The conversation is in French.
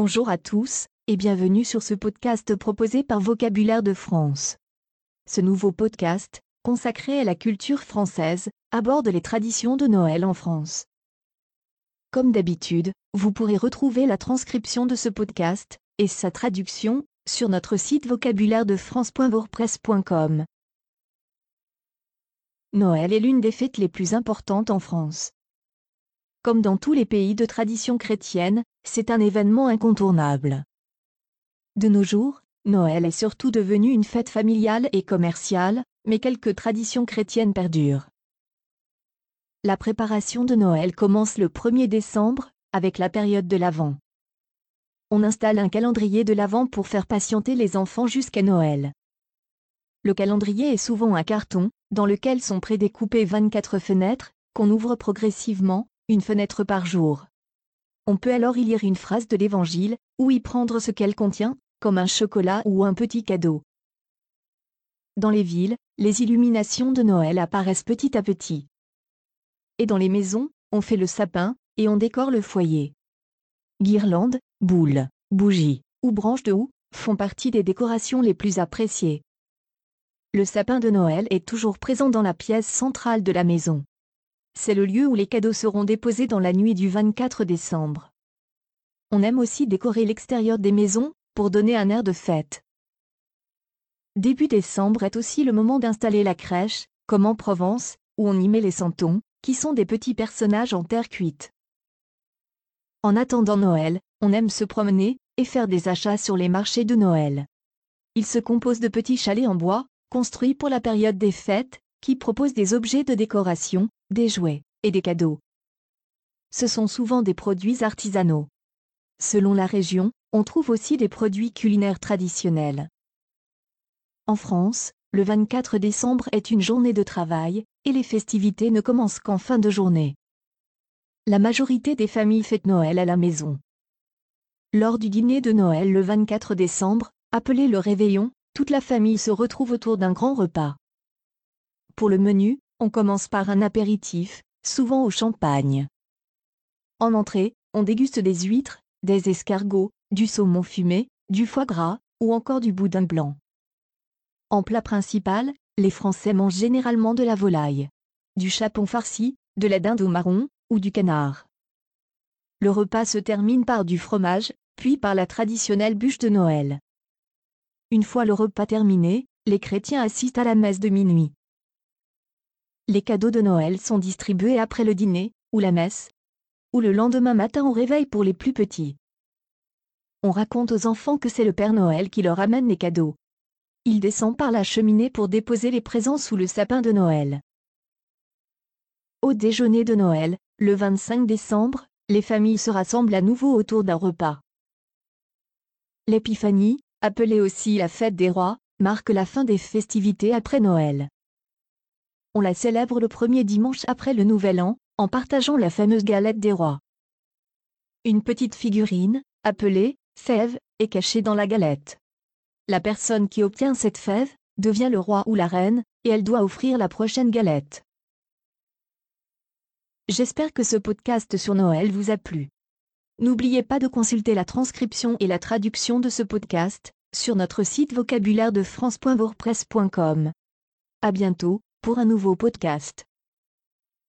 Bonjour à tous, et bienvenue sur ce podcast proposé par Vocabulaire de France. Ce nouveau podcast, consacré à la culture française, aborde les traditions de Noël en France. Comme d'habitude, vous pourrez retrouver la transcription de ce podcast, et sa traduction, sur notre site vocabulairedefrance.wordpress.com. Noël est l'une des fêtes les plus importantes en France. Comme dans tous les pays de tradition chrétienne, c'est un événement incontournable. De nos jours, Noël est surtout devenu une fête familiale et commerciale, mais quelques traditions chrétiennes perdurent. La préparation de Noël commence le 1er décembre, avec la période de l'Avent. On installe un calendrier de l'Avent pour faire patienter les enfants jusqu'à Noël. Le calendrier est souvent un carton, dans lequel sont prédécoupées 24 fenêtres, qu'on ouvre progressivement, une fenêtre par jour. On peut alors y lire une phrase de l'Évangile, ou y prendre ce qu'elle contient, comme un chocolat ou un petit cadeau. Dans les villes, les illuminations de Noël apparaissent petit à petit. Et dans les maisons, on fait le sapin, et on décore le foyer. Guirlandes, boules, bougies, ou branches de houx, font partie des décorations les plus appréciées. Le sapin de Noël est toujours présent dans la pièce centrale de la maison. C'est le lieu où les cadeaux seront déposés dans la nuit du 24 décembre. On aime aussi décorer l'extérieur des maisons, pour donner un air de fête. Début décembre est aussi le moment d'installer la crèche, comme en Provence, où on y met les santons, qui sont des petits personnages en terre cuite. En attendant Noël, on aime se promener, et faire des achats sur les marchés de Noël. Ils se composent de petits chalets en bois, construits pour la période des fêtes, qui proposent des objets de décoration, des jouets, et des cadeaux. Ce sont souvent des produits artisanaux. Selon la région, on trouve aussi des produits culinaires traditionnels. En France, le 24 décembre est une journée de travail, et les festivités ne commencent qu'en fin de journée. La majorité des familles fêtent Noël à la maison. Lors du dîner de Noël le 24 décembre, appelé le réveillon, toute la famille se retrouve autour d'un grand repas. Pour le menu, on commence par un apéritif, souvent au champagne. En entrée, on déguste des huîtres, des escargots, du saumon fumé, du foie gras, ou encore du boudin blanc. En plat principal, les Français mangent généralement de la volaille, du chapon farci, de la dinde au marron, ou du canard. Le repas se termine par du fromage, puis par la traditionnelle bûche de Noël. Une fois le repas terminé, les chrétiens assistent à la messe de minuit. Les cadeaux de Noël sont distribués après le dîner, ou la messe, ou le lendemain matin au réveil pour les plus petits. On raconte aux enfants que c'est le Père Noël qui leur amène les cadeaux. Il descend par la cheminée pour déposer les présents sous le sapin de Noël. Au déjeuner de Noël, le 25 décembre, les familles se rassemblent à nouveau autour d'un repas. L'épiphanie, appelée aussi la fête des rois, marque la fin des festivités après Noël. On la célèbre le premier dimanche après le Nouvel An, en partageant la fameuse galette des rois. Une petite figurine, appelée fève, est cachée dans la galette. La personne qui obtient cette fève devient le roi ou la reine, et elle doit offrir la prochaine galette. J'espère que ce podcast sur Noël vous a plu. N'oubliez pas de consulter la transcription et la traduction de ce podcast, sur notre site vocabulairedefrance.wordpress.com. À bientôt, pour un nouveau podcast.